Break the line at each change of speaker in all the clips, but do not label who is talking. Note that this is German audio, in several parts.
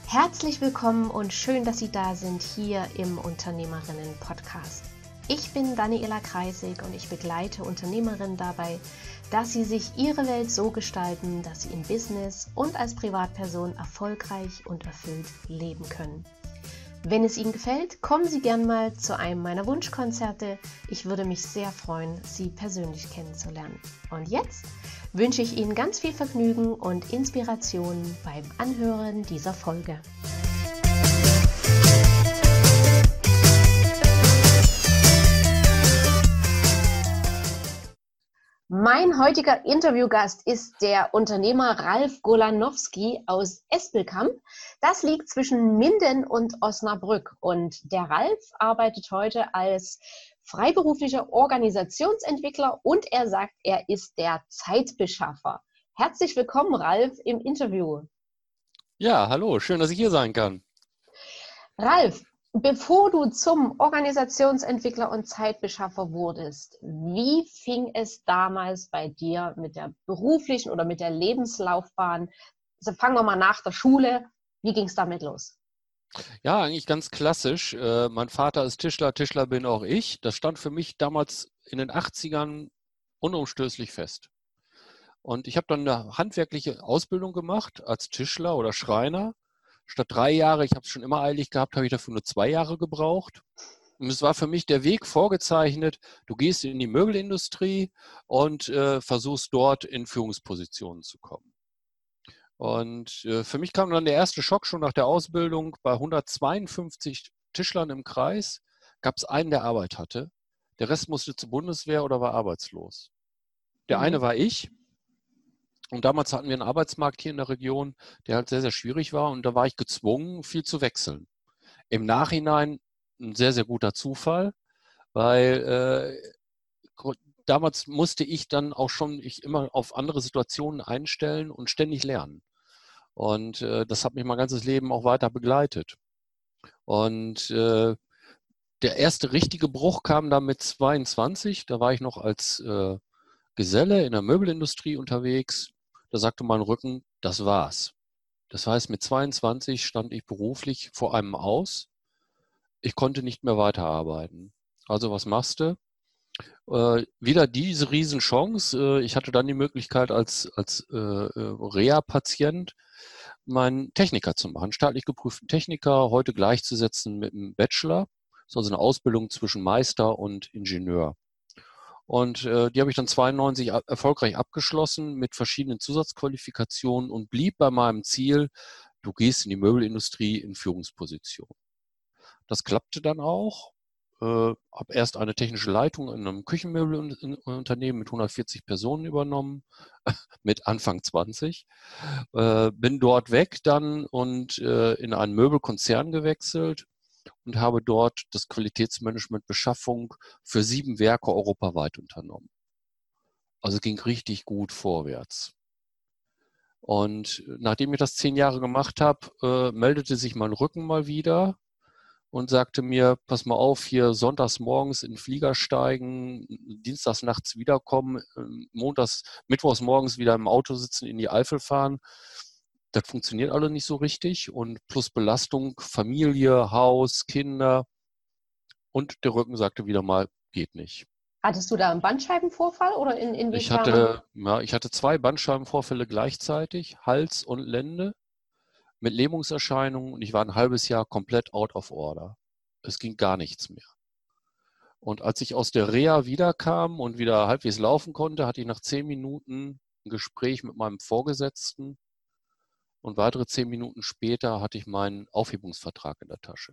Herzlich willkommen und schön, dass Sie da sind hier im Unternehmerinnen-Podcast. Ich bin Daniela Kreisig und ich begleite Unternehmerinnen dabei, dass sie sich ihre Welt so gestalten, dass sie im Business und als Privatperson erfolgreich und erfüllt leben können. Wenn es Ihnen gefällt, kommen Sie gern mal zu einem meiner Wunschkonzerte. Ich würde mich sehr freuen, Sie persönlich kennenzulernen. Und jetzt wünsche ich Ihnen ganz viel Vergnügen und Inspiration beim Anhören dieser Folge. Mein heutiger Interviewgast ist der Unternehmer Ralf Golanowski aus Espelkamp. Das liegt zwischen Minden und Osnabrück. Und der Ralf arbeitet heute als freiberuflicher Organisationsentwickler und er sagt, er ist der Zeitbeschaffer. Herzlich willkommen, Ralf, im Interview.
Ja, hallo, schön, dass ich hier sein kann.
Ralf, bevor du zum Organisationsentwickler und Zeitbeschaffer wurdest, wie fing es damals bei dir mit der beruflichen oder mit der Lebenslaufbahn? Also fangen wir mal nach der Schule. Wie ging es damit los?
Ja, eigentlich ganz klassisch. Mein Vater ist Tischler, Tischler bin auch ich. Das stand für mich damals in den 80ern unumstößlich fest. Und ich habe dann eine handwerkliche Ausbildung gemacht als Tischler oder Schreiner. Statt 3 Jahre, ich habe es schon immer eilig gehabt, habe ich dafür nur 2 Jahre gebraucht. Und es war für mich der Weg vorgezeichnet, du gehst in die Möbelindustrie und versuchst dort in Führungspositionen zu kommen. Und für mich kam dann der erste Schock schon nach der Ausbildung. Bei 152 Tischlern im Kreis gab es einen, der Arbeit hatte. Der Rest musste zur Bundeswehr oder war arbeitslos. Der eine war ich. Und damals hatten wir einen Arbeitsmarkt hier in der Region, der halt sehr, sehr schwierig war. Und da war ich gezwungen, viel zu wechseln. Im Nachhinein ein sehr, sehr guter Zufall, weil damals musste ich dann auch schon immer auf andere Situationen einstellen und ständig lernen. Und das hat mich mein ganzes Leben auch weiter begleitet. Und der erste richtige Bruch kam dann mit 22. Da war ich noch als Geselle in der Möbelindustrie unterwegs. Da sagte mein Rücken, das war's. Das heißt, mit 22 stand ich beruflich vor einem Aus. Ich konnte nicht mehr weiterarbeiten. Also was machst du? Wieder diese Riesenchance. Ich hatte dann die Möglichkeit als Reha-Patient meinen Techniker zu machen, staatlich geprüften Techniker, heute gleichzusetzen mit einem Bachelor. Das ist also eine Ausbildung zwischen Meister und Ingenieur. Und die habe ich dann 92 erfolgreich abgeschlossen mit verschiedenen Zusatzqualifikationen und blieb bei meinem Ziel, du gehst in die Möbelindustrie in Führungsposition. Das klappte dann auch. Habe erst eine technische Leitung in einem Küchenmöbelunternehmen mit 140 Personen übernommen, mit Anfang 20. Bin dort weg dann und in einen Möbelkonzern gewechselt und habe dort das Qualitätsmanagement Beschaffung für 7 Werke europaweit unternommen. Also ging richtig gut vorwärts. Und nachdem ich das 10 Jahre gemacht habe, meldete sich mein Rücken mal wieder und sagte mir, pass mal auf, hier sonntags morgens in den Flieger steigen, dienstags nachts wiederkommen, mittwochs morgens wieder im Auto sitzen, in die Eifel fahren. Das funktioniert alles nicht so richtig und plus Belastung, Familie, Haus, Kinder und der Rücken sagte wieder mal, geht nicht.
Hattest du da einen Bandscheibenvorfall oder inwiefern?
Ich hatte 2 Bandscheibenvorfälle gleichzeitig, Hals und Lende mit Lähmungserscheinungen und ich war ein halbes Jahr komplett out of order. Es ging gar nichts mehr. Und als ich aus der Reha wiederkam und wieder halbwegs laufen konnte, hatte ich nach 10 Minuten ein Gespräch mit meinem Vorgesetzten und weitere 10 Minuten später hatte ich meinen Aufhebungsvertrag in der Tasche.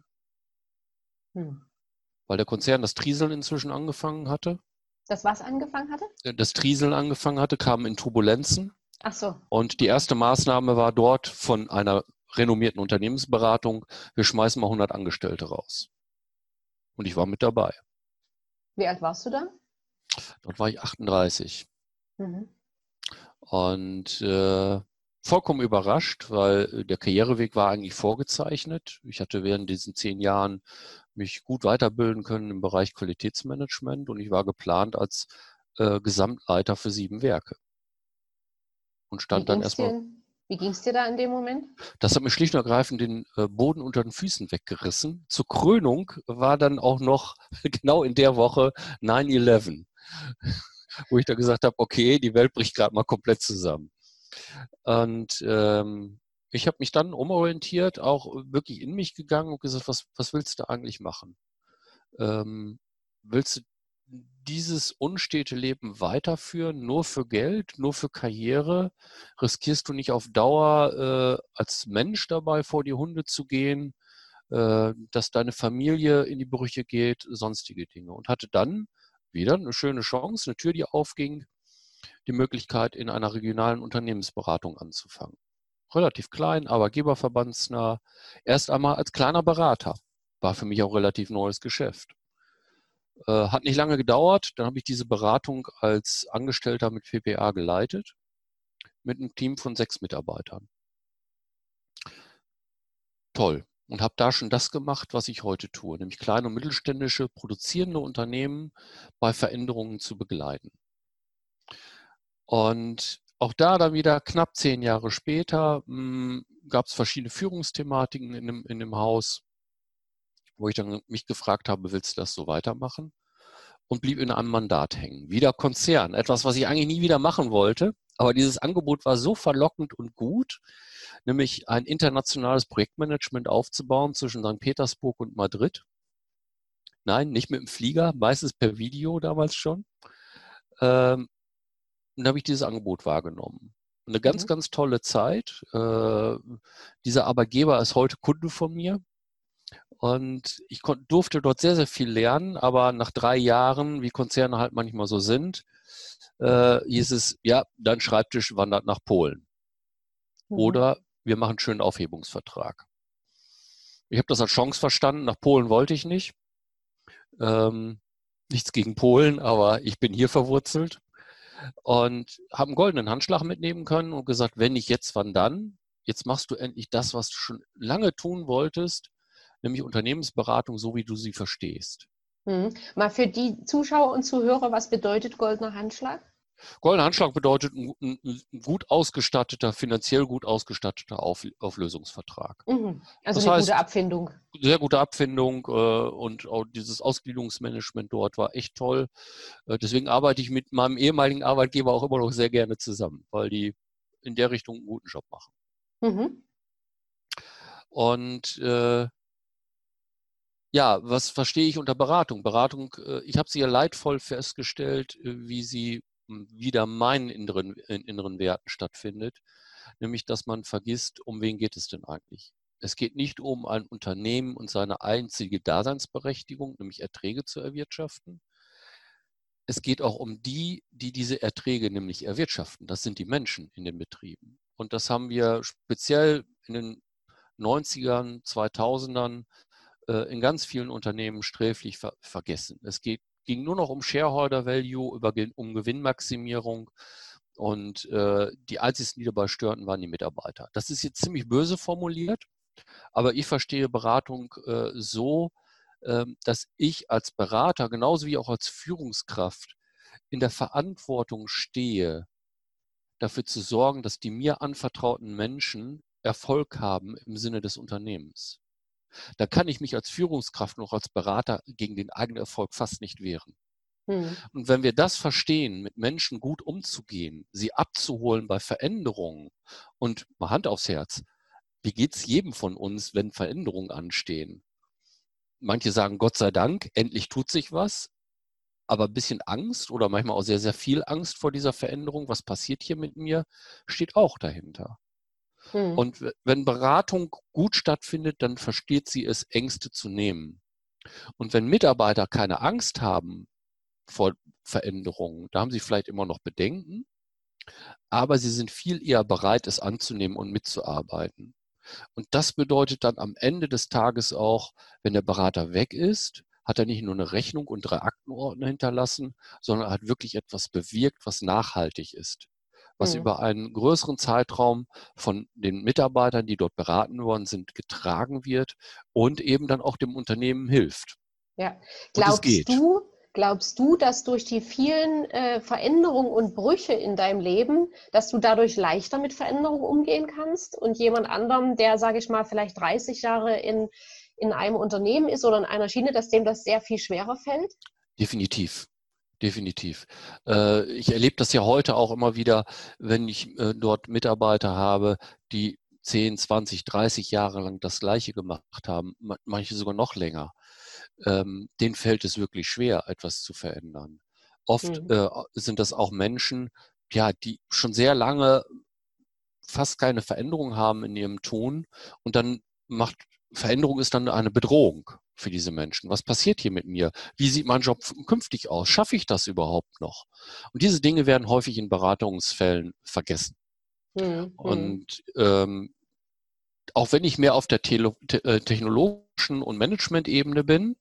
Weil der Konzern das Trieseln inzwischen angefangen hatte.
Das was angefangen hatte?
Das Trieseln angefangen hatte, kam in Turbulenzen.
Ach so.
Und die erste Maßnahme war dort von einer renommierten Unternehmensberatung, wir schmeißen mal 100 Angestellte raus. Und ich war mit dabei.
Wie alt warst du da?
Dort war ich 38.
Mhm.
Und vollkommen überrascht, weil der Karriereweg war eigentlich vorgezeichnet. Ich hatte während diesen 10 Jahren mich gut weiterbilden können im Bereich Qualitätsmanagement und ich war geplant als Gesamtleiter für 7 Werke. Und stand dann erstmal.
Wie ging es dir da in dem Moment?
Das hat mir schlicht und ergreifend den Boden unter den Füßen weggerissen. Zur Krönung war dann auch noch genau in der Woche 9/11, wo ich da gesagt habe, okay, die Welt bricht gerade mal komplett zusammen. Und ich habe mich dann umorientiert, auch wirklich in mich gegangen und gesagt, was willst du eigentlich machen? Willst du dieses unstete Leben weiterführen, nur für Geld, nur für Karriere? Riskierst du nicht auf Dauer als Mensch dabei vor die Hunde zu gehen, dass deine Familie in die Brüche geht, sonstige Dinge? Und hatte dann wieder eine schöne Chance, eine Tür, die aufging, die Möglichkeit, in einer regionalen Unternehmensberatung anzufangen. Relativ klein, arbeitgeberverbandsnah. Erst einmal als kleiner Berater. War für mich auch relativ neues Geschäft. Hat nicht lange gedauert. Dann habe ich diese Beratung als Angestellter mit PPA geleitet, mit einem Team von 6 Mitarbeitern. Toll. Und habe da schon das gemacht, was ich heute tue, nämlich kleine und mittelständische produzierende Unternehmen bei Veränderungen zu begleiten. Und auch da dann wieder knapp 10 Jahre später gab es verschiedene Führungsthematiken in dem Haus, wo ich dann mich gefragt habe, willst du das so weitermachen? Und blieb in einem Mandat hängen. Wieder Konzern, etwas, was ich eigentlich nie wieder machen wollte. Aber dieses Angebot war so verlockend und gut, nämlich ein internationales Projektmanagement aufzubauen zwischen St. Petersburg und Madrid. Nein, nicht mit dem Flieger, meistens per Video damals schon. Und da habe ich dieses Angebot wahrgenommen. Eine ganz, ganz tolle Zeit. Dieser Arbeitgeber ist heute Kunde von mir. Und ich durfte dort sehr, sehr viel lernen, aber nach 3 Jahren, wie Konzerne halt manchmal so sind, hieß es, ja, dein Schreibtisch wandert nach Polen. Oder wir machen einen schönen Aufhebungsvertrag. Ich habe das als Chance verstanden. Nach Polen wollte ich nicht. Nichts gegen Polen, aber ich bin hier verwurzelt. Und habe einen goldenen Handschlag mitnehmen können und gesagt, wenn nicht jetzt, wann dann? Jetzt machst du endlich das, was du schon lange tun wolltest, nämlich Unternehmensberatung, so wie du sie verstehst.
Mal für die Zuschauer und Zuhörer, was bedeutet goldener Handschlag?
Goldener Handschlag bedeutet ein gut ausgestatteter, finanziell gut ausgestatteter Auflösungsvertrag.
Also
Das
eine
heißt,
gute Abfindung.
sehr gute Abfindung und auch dieses Ausgliederungsmanagement dort war echt toll. Deswegen arbeite ich mit meinem ehemaligen Arbeitgeber auch immer noch sehr gerne zusammen, weil die in der Richtung einen guten Job machen. Und ja, was verstehe ich unter Beratung? Beratung, ich habe sie ja leidvoll festgestellt, wie sie wieder meinen inneren Werten stattfindet, nämlich dass man vergisst, um wen geht es denn eigentlich? Es geht nicht um ein Unternehmen und seine einzige Daseinsberechtigung, nämlich Erträge zu erwirtschaften. Es geht auch um die diese Erträge nämlich erwirtschaften. Das sind die Menschen in den Betrieben. Und das haben wir speziell in den 90ern, 2000ern in ganz vielen Unternehmen sträflich vergessen. Es ging nur noch um Shareholder Value, um Gewinnmaximierung und die einzigen, die dabei störten, waren die Mitarbeiter. Das ist jetzt ziemlich böse formuliert, aber ich verstehe Beratung so, dass ich als Berater genauso wie auch als Führungskraft in der Verantwortung stehe, dafür zu sorgen, dass die mir anvertrauten Menschen Erfolg haben im Sinne des Unternehmens. Da kann ich mich als Führungskraft noch als Berater gegen den eigenen Erfolg fast nicht wehren. Und wenn wir das verstehen, mit Menschen gut umzugehen, sie abzuholen bei Veränderungen und mal Hand aufs Herz, wie geht es jedem von uns, wenn Veränderungen anstehen? Manche sagen, Gott sei Dank, endlich tut sich was, aber ein bisschen Angst oder manchmal auch sehr, sehr viel Angst vor dieser Veränderung, was passiert hier mit mir, steht auch dahinter. Und wenn Beratung gut stattfindet, dann versteht sie es, Ängste zu nehmen. Und wenn Mitarbeiter keine Angst haben vor Veränderungen, da haben sie vielleicht immer noch Bedenken, aber sie sind viel eher bereit, es anzunehmen und mitzuarbeiten. Und das bedeutet dann am Ende des Tages auch, wenn der Berater weg ist, hat er nicht nur eine Rechnung und 3 Aktenordner hinterlassen, sondern hat wirklich etwas bewirkt, was nachhaltig ist, was über einen größeren Zeitraum von den Mitarbeitern, die dort beraten worden sind, getragen wird und eben dann auch dem Unternehmen hilft.
Ja.
Und es
Glaubst
geht.
du, Glaubst du, dass durch die vielen Veränderungen und Brüche in deinem Leben, dass du dadurch leichter mit Veränderungen umgehen kannst und jemand anderem, der, sage ich mal, vielleicht 30 Jahre in einem Unternehmen ist oder in einer Schiene, dass dem das sehr viel schwerer fällt?
Definitiv. Definitiv. Ich erlebe das ja heute auch immer wieder, wenn ich dort Mitarbeiter habe, die 10, 20, 30 Jahre lang das Gleiche gemacht haben, manche sogar noch länger. Denen fällt es wirklich schwer, etwas zu verändern. Oft sind das auch Menschen, ja, die schon sehr lange fast keine Veränderung haben in ihrem Tun und dann Veränderung ist dann eine Bedrohung für diese Menschen. Was passiert hier mit mir? Wie sieht mein Job künftig aus? Schaffe ich das überhaupt noch? Und diese Dinge werden häufig in Beratungsfällen vergessen. Und auch wenn ich mehr auf der technologischen und Management-Ebene bin,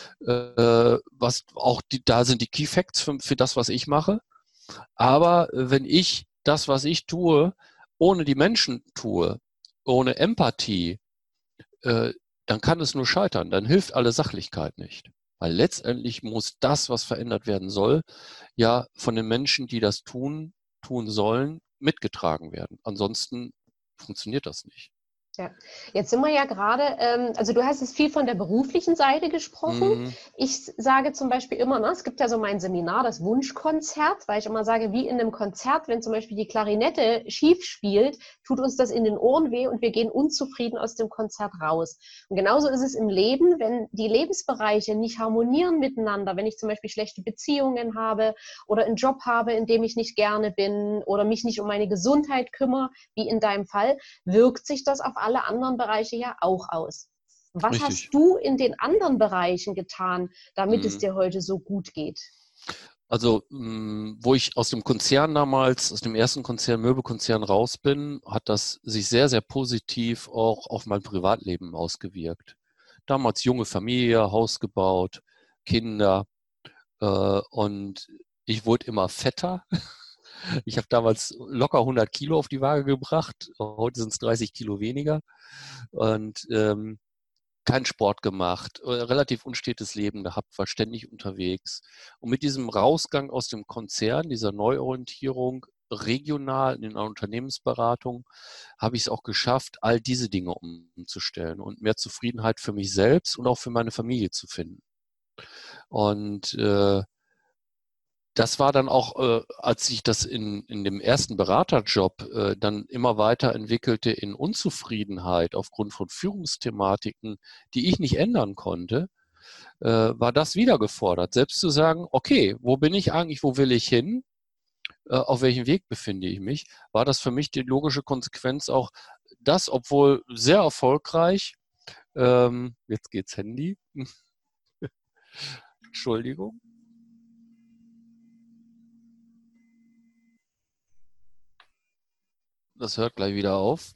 was auch da sind die Key Facts für das, was ich mache. Aber wenn ich das, was ich tue, ohne die Menschen tue, ohne Empathie, dann kann es nur scheitern. Dann hilft alle Sachlichkeit nicht. Weil letztendlich muss das, was verändert werden soll, ja von den Menschen, die das tun sollen, mitgetragen werden. Ansonsten funktioniert das nicht.
Ja, jetzt sind wir ja gerade, also du hast jetzt viel von der beruflichen Seite gesprochen. Ich sage zum Beispiel immer, es gibt ja so mein Seminar, das Wunschkonzert, weil ich immer sage, wie in einem Konzert, wenn zum Beispiel die Klarinette schief spielt, tut uns das in den Ohren weh und wir gehen unzufrieden aus dem Konzert raus. Und genauso ist es im Leben, wenn die Lebensbereiche nicht harmonieren miteinander, wenn ich zum Beispiel schlechte Beziehungen habe oder einen Job habe, in dem ich nicht gerne bin oder mich nicht um meine Gesundheit kümmere, wie in deinem Fall, wirkt sich das auf alle anderen Bereiche ja auch aus. Was
Richtig.
hast du in den anderen Bereichen getan, damit es dir heute so gut geht?
Also, wo ich aus dem Konzern damals, aus dem ersten Konzern, Möbelkonzern raus bin, hat das sich sehr, sehr positiv auch auf mein Privatleben ausgewirkt. Damals junge Familie, Haus gebaut, Kinder und ich wurde immer fetter. Ich habe damals locker 100 Kilo auf die Waage gebracht. Heute sind es 30 Kilo weniger. Und keinen Sport gemacht, relativ unstetes Leben gehabt, war ständig unterwegs. Und mit diesem Rausgang aus dem Konzern, dieser Neuorientierung regional in einer Unternehmensberatung, habe ich es auch geschafft, all diese Dinge umzustellen und mehr Zufriedenheit für mich selbst und auch für meine Familie zu finden. Und das war dann auch, als ich das in dem ersten Beraterjob dann immer weiter entwickelte in Unzufriedenheit aufgrund von Führungsthematiken, die ich nicht ändern konnte, war das wieder gefordert. Selbst zu sagen, okay, wo bin ich eigentlich, wo will ich hin, auf welchem Weg befinde ich mich, war das für mich die logische Konsequenz auch, das, obwohl sehr erfolgreich, jetzt geht's Handy, Entschuldigung. Das hört gleich wieder auf.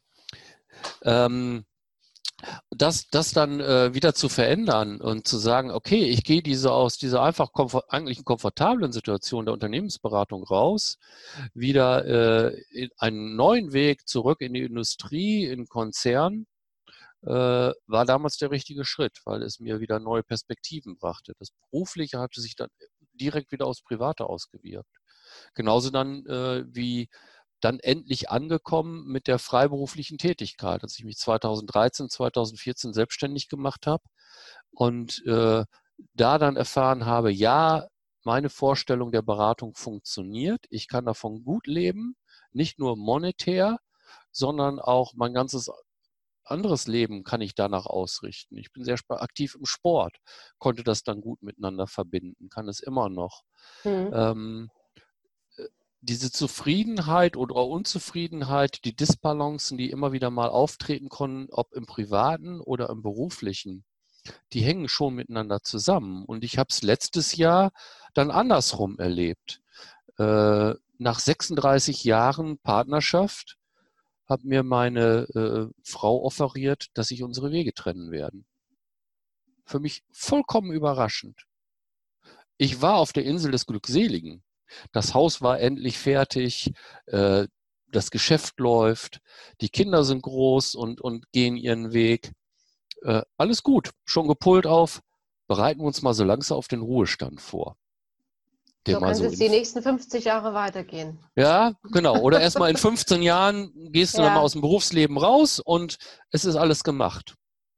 Das dann wieder zu verändern und zu sagen, okay, ich gehe aus dieser einfach eigentlich komfortablen Situation der Unternehmensberatung raus, wieder in einen neuen Weg zurück in die Industrie, in den Konzern, war damals der richtige Schritt, weil es mir wieder neue Perspektiven brachte. Das Berufliche hatte sich dann direkt wieder aufs Private ausgewirkt. Genauso dann wie dann endlich angekommen mit der freiberuflichen Tätigkeit, als ich mich 2013, 2014 selbstständig gemacht habe und da dann erfahren habe, ja, meine Vorstellung der Beratung funktioniert, ich kann davon gut leben, nicht nur monetär, sondern auch mein ganzes anderes Leben kann ich danach ausrichten. Ich bin sehr aktiv im Sport, konnte das dann gut miteinander verbinden, kann es immer noch. Diese Zufriedenheit oder Unzufriedenheit, die Disbalancen, die immer wieder mal auftreten können, ob im Privaten oder im Beruflichen, die hängen schon miteinander zusammen. Und ich habe es letztes Jahr dann andersrum erlebt. Nach 36 Jahren Partnerschaft hat mir meine Frau offeriert, dass sich unsere Wege trennen werden. Für mich vollkommen überraschend. Ich war auf der Insel des Glückseligen. Das Haus war endlich fertig, das Geschäft läuft, die Kinder sind groß und gehen ihren Weg. Alles gut, schon gepult auf, bereiten wir uns mal so langsam auf den Ruhestand vor.
So könnte es die nächsten 50 Jahre weitergehen.
Ja, genau. Oder erst mal in 15 Jahren gehst du dann mal aus dem Berufsleben raus und es ist alles gemacht.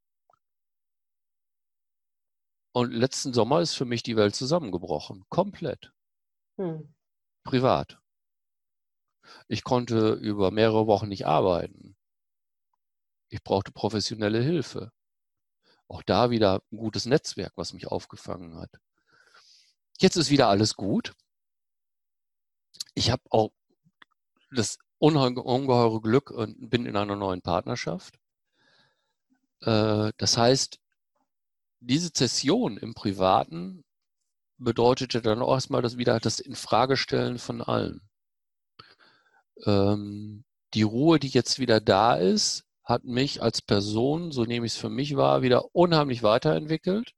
Und letzten Sommer ist für mich die Welt zusammengebrochen. Komplett. Privat. Ich konnte über mehrere Wochen nicht arbeiten. Ich brauchte professionelle Hilfe. Auch da wieder ein gutes Netzwerk, was mich aufgefangen hat. Jetzt ist wieder alles gut. Ich habe auch das ungeheure Glück und bin in einer neuen Partnerschaft. Das heißt, diese Zession im Privaten bedeutete dann auch erstmal das Infragestellen von allem. Die Ruhe, die jetzt wieder da ist, hat mich als Person, so nehme ich es für mich wahr, wieder unheimlich weiterentwickelt.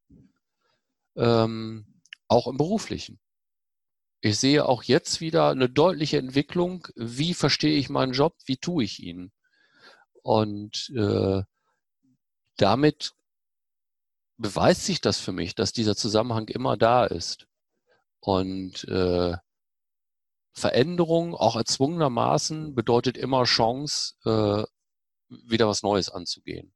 Auch im Beruflichen. Ich sehe auch jetzt wieder eine deutliche Entwicklung. Wie verstehe ich meinen Job? Wie tue ich ihn? Und damit beweist sich das für mich, dass dieser Zusammenhang immer da ist. Und Veränderung, auch erzwungenermaßen, bedeutet immer Chance, wieder was Neues anzugehen.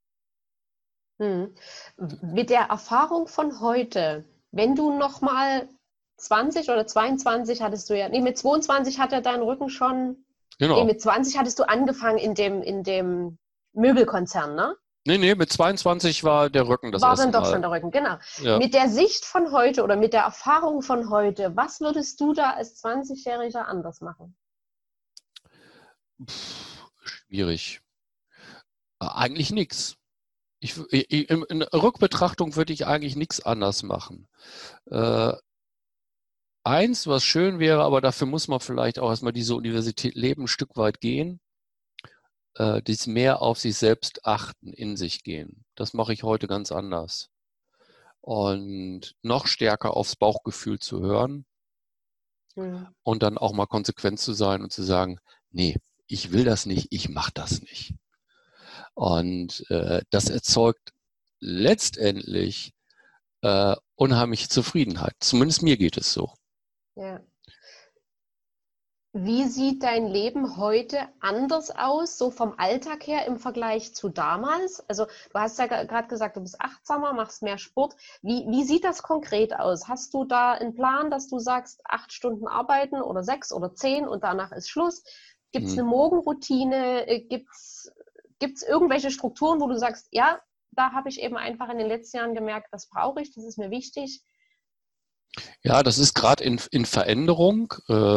Mit der Erfahrung von heute, wenn du nochmal 20 oder 22 hattest du ja, nee, mit 22 hat er deinen Rücken schon,
genau.
Nee, mit 20 hattest du angefangen in dem Möbelkonzern, ne?
Nee, mit 22 war der Rücken das erste Mal.
War dann doch schon der Rücken, genau.
Ja.
Mit der Sicht von heute oder mit der Erfahrung von heute, was würdest du da als 20-Jähriger anders machen?
Schwierig. Eigentlich nichts. In Rückbetrachtung würde ich eigentlich nichts anders machen. Eins, was schön wäre, aber dafür muss man vielleicht auch erstmal diese Universität leben, ein Stück weit gehen, dies mehr auf sich selbst achten, in sich gehen. Das mache ich heute ganz anders. Und noch stärker aufs Bauchgefühl zu hören und dann auch mal konsequent zu sein und zu sagen, nee, ich will das nicht, ich mache das nicht. Und das erzeugt letztendlich unheimliche Zufriedenheit. Zumindest mir geht es so.
Ja. Wie sieht dein Leben heute anders aus, so vom Alltag her im Vergleich zu damals? Also du hast ja gerade gesagt, du bist achtsamer, machst mehr Sport. Wie sieht das konkret aus? Hast du da einen Plan, dass du sagst, 8 Stunden arbeiten oder 6 oder 10 und danach ist Schluss? Gibt es eine Morgenroutine? Gibt es irgendwelche Strukturen, wo du sagst, ja, da habe ich eben einfach in den letzten Jahren gemerkt, das brauche ich, das ist mir wichtig?
Ja, das ist gerade in Veränderung.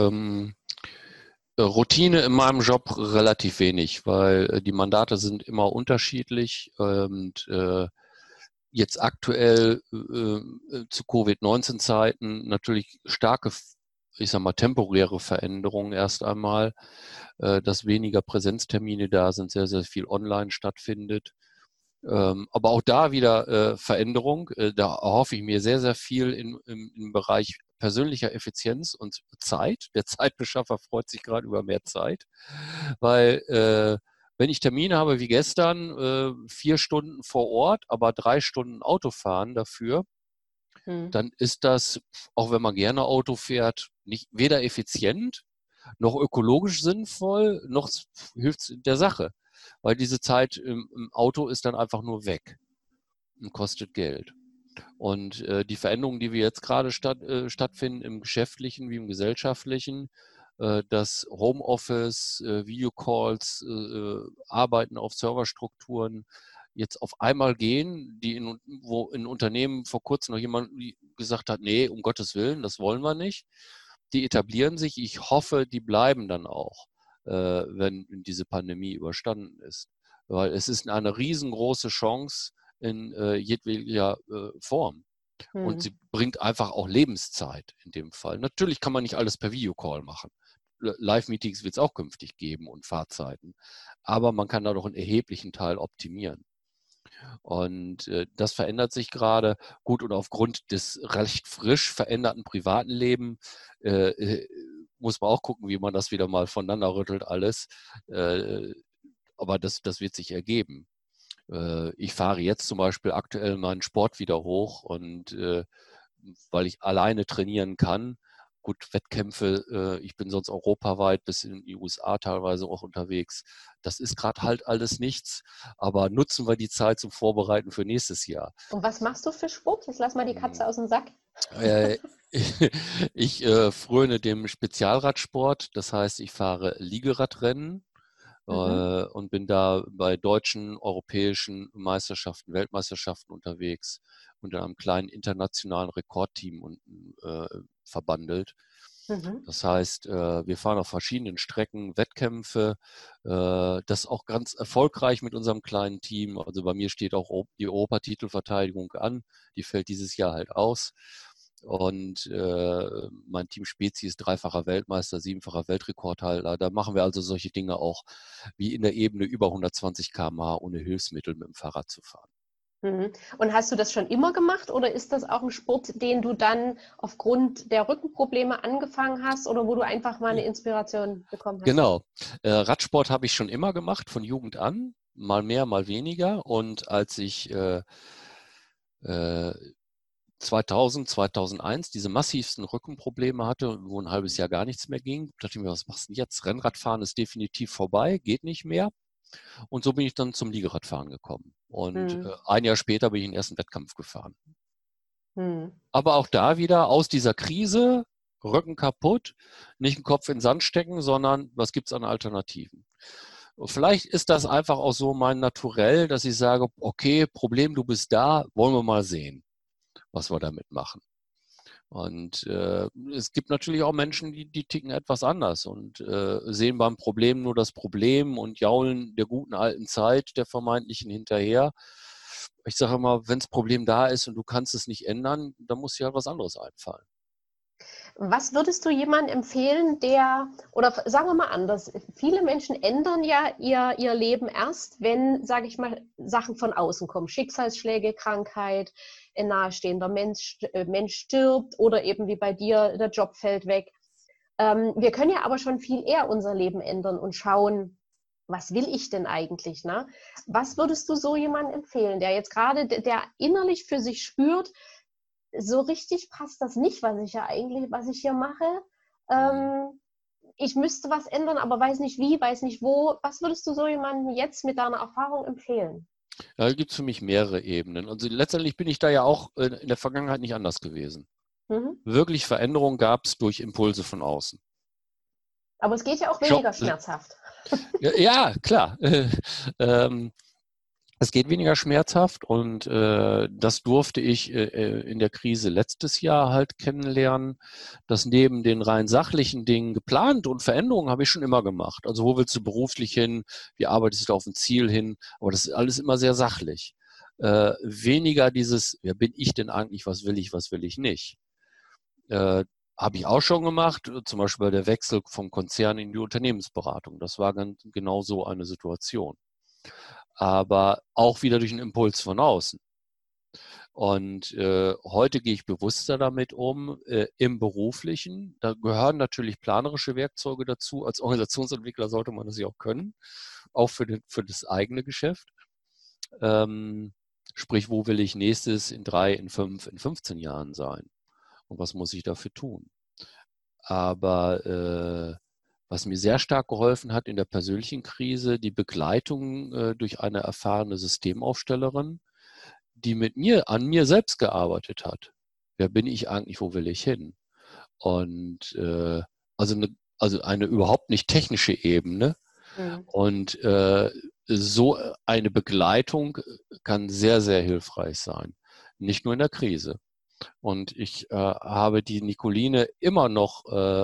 Routine in meinem Job relativ wenig, weil die Mandate sind immer unterschiedlich und jetzt aktuell zu Covid-19-Zeiten natürlich starke, ich sag mal, temporäre Veränderungen erst einmal, dass weniger Präsenztermine da sind, sehr, sehr viel online stattfindet. Aber auch da wieder Veränderung. Da erhoffe ich mir sehr, sehr viel im Bereich persönlicher Effizienz und Zeit. Der Zeitbeschaffer freut sich gerade über mehr Zeit, weil wenn ich Termine habe wie gestern, 4 Stunden vor Ort, aber 3 Stunden Autofahren dafür, dann ist das, auch wenn man gerne Auto fährt, nicht weder effizient noch ökologisch sinnvoll, noch hilft es der Sache. Weil diese Zeit im Auto ist dann einfach nur weg und kostet Geld. Und die Veränderungen, die wir jetzt gerade stattfinden, im Geschäftlichen wie im Gesellschaftlichen, das Homeoffice, Videocalls, Arbeiten auf Serverstrukturen jetzt auf einmal gehen, wo in Unternehmen vor kurzem noch jemand gesagt hat, nee, um Gottes Willen, das wollen wir nicht. Die etablieren sich. Ich hoffe, die bleiben dann auch, wenn diese Pandemie überstanden ist. Weil es ist eine riesengroße Chance in jedweder Form. Und sie bringt einfach auch Lebenszeit in dem Fall. Natürlich kann man nicht alles per Videocall machen. Live-Meetings wird es auch künftig geben und Fahrzeiten. Aber man kann da doch einen erheblichen Teil optimieren. Und das verändert sich gerade. Gut, und aufgrund des recht frisch veränderten privaten Lebens muss man auch gucken, wie man das wieder mal voneinander rüttelt alles. Aber das wird sich ergeben. Ich fahre jetzt zum Beispiel aktuell meinen Sport wieder hoch und weil ich alleine trainieren kann. Gut, Wettkämpfe, ich bin sonst europaweit bis in die USA teilweise auch unterwegs. Das ist gerade halt alles nichts, aber nutzen wir die Zeit zum Vorbereiten für nächstes Jahr.
Und was machst du für Sport? Jetzt lass mal die Katze aus dem Sack.
Äh, Ich fröne dem Spezialradsport, das heißt, ich fahre Liegeradrennen
Mhm.
und bin da bei deutschen, europäischen Meisterschaften, Weltmeisterschaften unterwegs und in einem kleinen internationalen Rekordteam verbandelt.
Mhm.
Das heißt, wir fahren auf verschiedenen Strecken Wettkämpfe, das auch ganz erfolgreich mit unserem kleinen Team. Also bei mir steht auch die Europatitelverteidigung an, die fällt dieses Jahr halt aus. Und mein Team Spezi ist dreifacher Weltmeister, siebenfacher Weltrekordhalter. Da machen wir also solche Dinge auch, wie in der Ebene über 120 km/h ohne Hilfsmittel mit dem Fahrrad zu fahren.
Mhm. Und hast du das schon immer gemacht oder ist das auch ein Sport, den du dann aufgrund der Rückenprobleme angefangen hast oder wo du einfach mal eine Inspiration bekommen hast?
Genau. Radsport habe ich schon immer gemacht, von Jugend an, mal mehr, mal weniger. Und als ich 2000, 2001 diese massivsten Rückenprobleme hatte, wo ein halbes Jahr gar nichts mehr ging, dachte ich mir, was machst du denn jetzt? Rennradfahren ist definitiv vorbei, geht nicht mehr. Und so bin ich dann zum Liegeradfahren gekommen. Und
Hm.
ein Jahr später bin ich den ersten Wettkampf gefahren.
Hm.
Aber auch da wieder aus dieser Krise, Rücken kaputt, nicht den Kopf in den Sand stecken, sondern was gibt es an Alternativen? Und vielleicht ist das einfach auch so mein Naturell, dass ich sage, okay, Problem, du bist da, wollen wir mal sehen, was wir damit machen. Und es gibt natürlich auch Menschen, die ticken etwas anders und sehen beim Problem nur das Problem und jaulen der guten alten Zeit, der vermeintlichen hinterher. Ich sage immer, wenn das Problem da ist und du kannst es nicht ändern, dann muss dir halt was anderes einfallen.
Was würdest du jemandem empfehlen, der, oder sagen wir mal anders, viele Menschen ändern ja ihr Leben erst, wenn, sage ich mal, Sachen von außen kommen, Schicksalsschläge, Krankheit, ein nahestehender Mensch stirbt oder eben wie bei dir, der Job fällt weg. Wir können ja aber schon viel eher unser Leben ändern und schauen, was will ich denn eigentlich? Ne? Was würdest du so jemandem empfehlen, der jetzt gerade, der innerlich für sich spürt, so richtig passt das nicht, was ich hier mache.
Mhm.
Ähm, Ich müsste was ändern, aber weiß nicht wie, weiß nicht wo. Was würdest du so jemandem jetzt mit deiner Erfahrung empfehlen?
Ja, da gibt es für mich mehrere Ebenen. Also letztendlich bin ich da ja auch in der Vergangenheit nicht anders gewesen.
Mhm.
Wirklich Veränderungen gab es durch Impulse von außen.
Aber es geht ja auch
Job,
weniger schmerzhaft.
ja, klar. Ähm, Es geht weniger schmerzhaft und das durfte ich in der Krise letztes Jahr halt kennenlernen, dass neben den rein sachlichen Dingen geplant und Veränderungen habe ich schon immer gemacht. Also wo willst du beruflich hin, wie arbeitest du auf ein Ziel hin, aber das ist alles immer sehr sachlich. Weniger dieses, wer bin ich denn eigentlich, was will ich nicht. Äh, Habe ich auch schon gemacht, zum Beispiel der Wechsel vom Konzern in die Unternehmensberatung. Das war ganz genau so eine Situation, aber auch wieder durch einen Impuls von außen. Und heute gehe ich bewusster damit um, im Beruflichen. Da gehören natürlich planerische Werkzeuge dazu. Als Organisationsentwickler sollte man das ja auch können, auch für das eigene Geschäft. Ähm, sprich, wo will ich nächstes in 3, in 5, in 15 Jahren sein? Und was muss ich dafür tun? Aber was mir sehr stark geholfen hat in der persönlichen Krise, die Begleitung durch eine erfahrene Systemaufstellerin, die mit mir, an mir selbst gearbeitet hat. Wer bin ich eigentlich, wo will ich hin? Und also eine überhaupt nicht technische Ebene.
Mhm.
Und so eine Begleitung kann sehr, sehr hilfreich sein. Nicht nur in der Krise. Und ich habe die Nicoline immer noch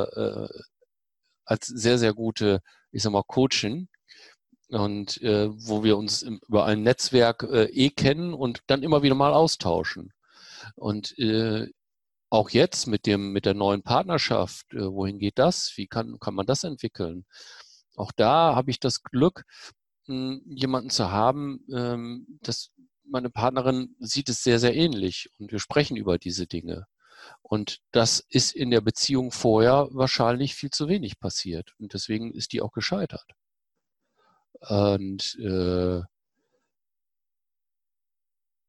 als sehr, sehr gute, ich sag mal, Coachin. Und wo wir uns über ein Netzwerk kennen und dann immer wieder mal austauschen. Und auch jetzt mit der neuen Partnerschaft, wohin geht das? Wie kann man das entwickeln? Auch da habe ich das Glück, jemanden zu haben, dass meine Partnerin sieht es sehr, sehr ähnlich und wir sprechen über diese Dinge. Und das ist in der Beziehung vorher wahrscheinlich viel zu wenig passiert. Und deswegen ist die auch gescheitert. Und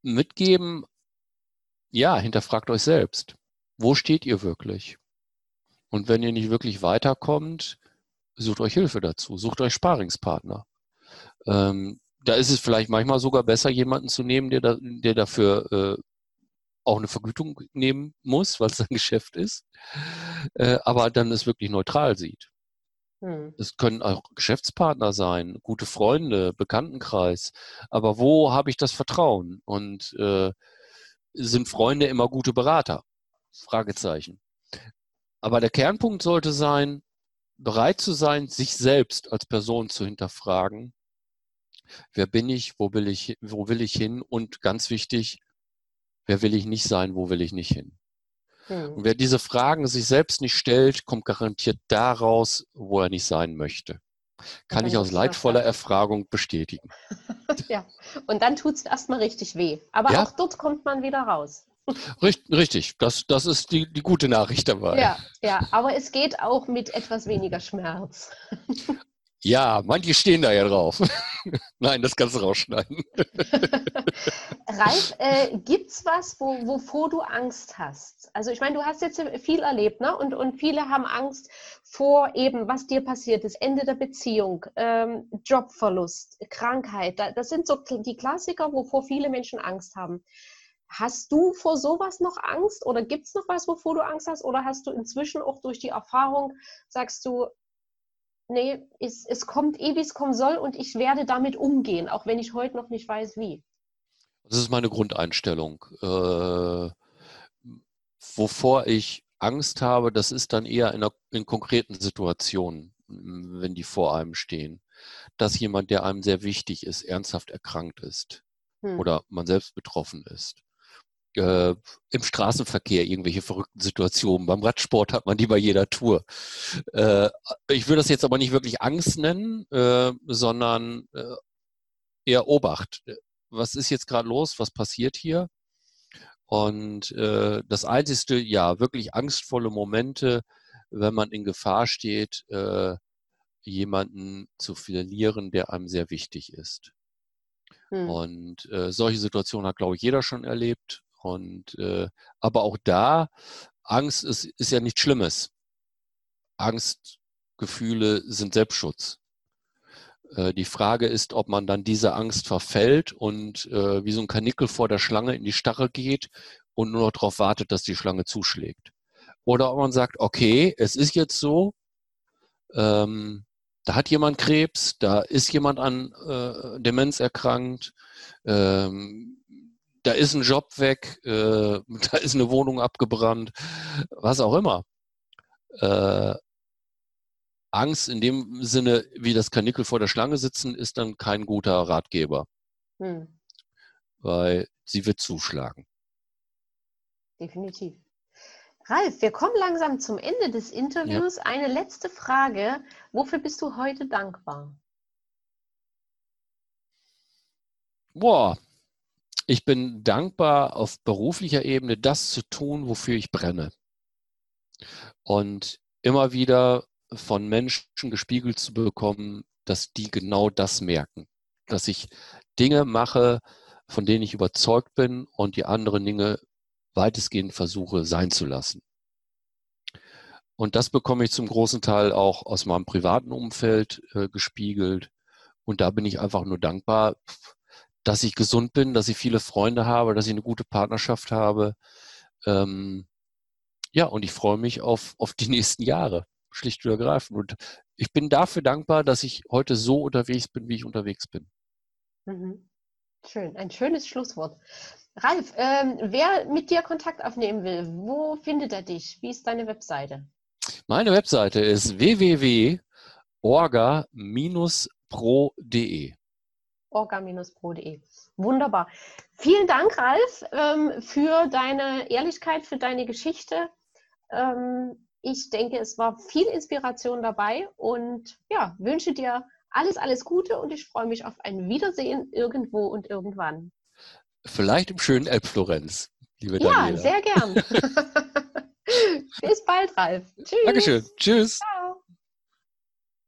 mitgeben, ja, hinterfragt euch selbst. Wo steht ihr wirklich? Und wenn ihr nicht wirklich weiterkommt, sucht euch Hilfe dazu, sucht euch Sparingspartner. Da ist es vielleicht manchmal sogar besser, jemanden zu nehmen, der dafür auch eine Vergütung nehmen muss, weil es ein Geschäft ist, aber dann es wirklich neutral sieht. Es können auch Geschäftspartner sein, gute Freunde, Bekanntenkreis. Aber wo habe ich das Vertrauen? Und sind Freunde immer gute Berater? Fragezeichen. Aber der Kernpunkt sollte sein, bereit zu sein, sich selbst als Person zu hinterfragen. Wer bin ich? Wo will ich hin? Und ganz wichtig, wer will ich nicht sein? Wo will ich nicht hin? Und wer diese Fragen sich selbst nicht stellt, kommt garantiert daraus, wo er nicht sein möchte. Kann ich aus leidvoller Erfahrung bestätigen.
Ja, und dann tut es erstmal richtig weh. Aber
ja,
auch dort kommt man wieder raus.
Richtig, das ist die gute Nachricht dabei.
Ja, aber es geht auch mit etwas weniger Schmerz.
Ja, manche stehen da ja drauf. Nein, das kannst du rausschneiden.
Ralf, gibt's was, wovor du Angst hast? Also ich meine, du hast jetzt viel erlebt, ne? Und viele haben Angst vor eben, was dir passiert ist, Ende der Beziehung, Jobverlust, Krankheit. Das sind so die Klassiker, wovor viele Menschen Angst haben. Hast du vor sowas noch Angst oder gibt es noch was, wovor du Angst hast? Oder hast du inzwischen auch durch die Erfahrung, sagst du, nee, es kommt wie es kommen soll und ich werde damit umgehen, auch wenn ich heute noch nicht weiß, wie.
Das ist meine Grundeinstellung. Wovor ich Angst habe, das ist dann eher in konkreten Situationen, wenn die vor einem stehen. Dass jemand, der einem sehr wichtig ist, ernsthaft erkrankt ist oder man selbst betroffen ist. Im Straßenverkehr irgendwelche verrückten Situationen. Beim Radsport hat man die bei jeder Tour. Ich würde das jetzt aber nicht wirklich Angst nennen, sondern eher Obacht. Was ist jetzt gerade los? Was passiert hier? Und das einzigste, ja, wirklich angstvolle Momente, wenn man in Gefahr steht, jemanden zu verlieren, der einem sehr wichtig ist. Und solche Situationen hat, glaube ich, jeder schon erlebt. Und aber auch da, Angst ist ja nichts Schlimmes. Angstgefühle sind Selbstschutz. Die Frage ist, ob man dann diese Angst verfällt und wie so ein Karnickel vor der Schlange in die Starre geht und nur noch darauf wartet, dass die Schlange zuschlägt. Oder ob man sagt, okay, es ist jetzt so, da hat jemand Krebs, da ist jemand an Demenz erkrankt, da ist ein Job weg, da ist eine Wohnung abgebrannt, was auch immer. Angst in dem Sinne, wie das Karnickel vor der Schlange sitzen, ist dann kein guter Ratgeber, weil sie wird zuschlagen.
Definitiv. Ralf, wir kommen langsam zum Ende des Interviews. Ja. Eine letzte Frage. Wofür bist du heute dankbar?
Ich bin dankbar, auf beruflicher Ebene das zu tun, wofür ich brenne. Und immer wieder von Menschen gespiegelt zu bekommen, dass die genau das merken. Dass ich Dinge mache, von denen ich überzeugt bin und die anderen Dinge weitestgehend versuche sein zu lassen. Und das bekomme ich zum großen Teil auch aus meinem privaten Umfeld gespiegelt. Und da bin ich einfach nur dankbar, dass ich gesund bin, dass ich viele Freunde habe, dass ich eine gute Partnerschaft habe. Ja, und ich freue mich auf die nächsten Jahre, schlicht und ergreifend. Und ich bin dafür dankbar, dass ich heute so unterwegs bin, wie ich unterwegs bin.
Schön, ein schönes Schlusswort. Ralf, wer mit dir Kontakt aufnehmen will, wo findet er dich? Wie ist deine Webseite?
Meine Webseite ist www.orga-pro.de.
orga-pro.de. Wunderbar. Vielen Dank, Ralf, für deine Ehrlichkeit, für deine Geschichte. Ich denke, es war viel Inspiration dabei und ja, wünsche dir alles Gute und ich freue mich auf ein Wiedersehen irgendwo und irgendwann.
Vielleicht im schönen Elbflorenz, liebe Daniela.
Ja, sehr gern. Bis bald, Ralf.
Tschüss. Dankeschön. Tschüss.
Ciao.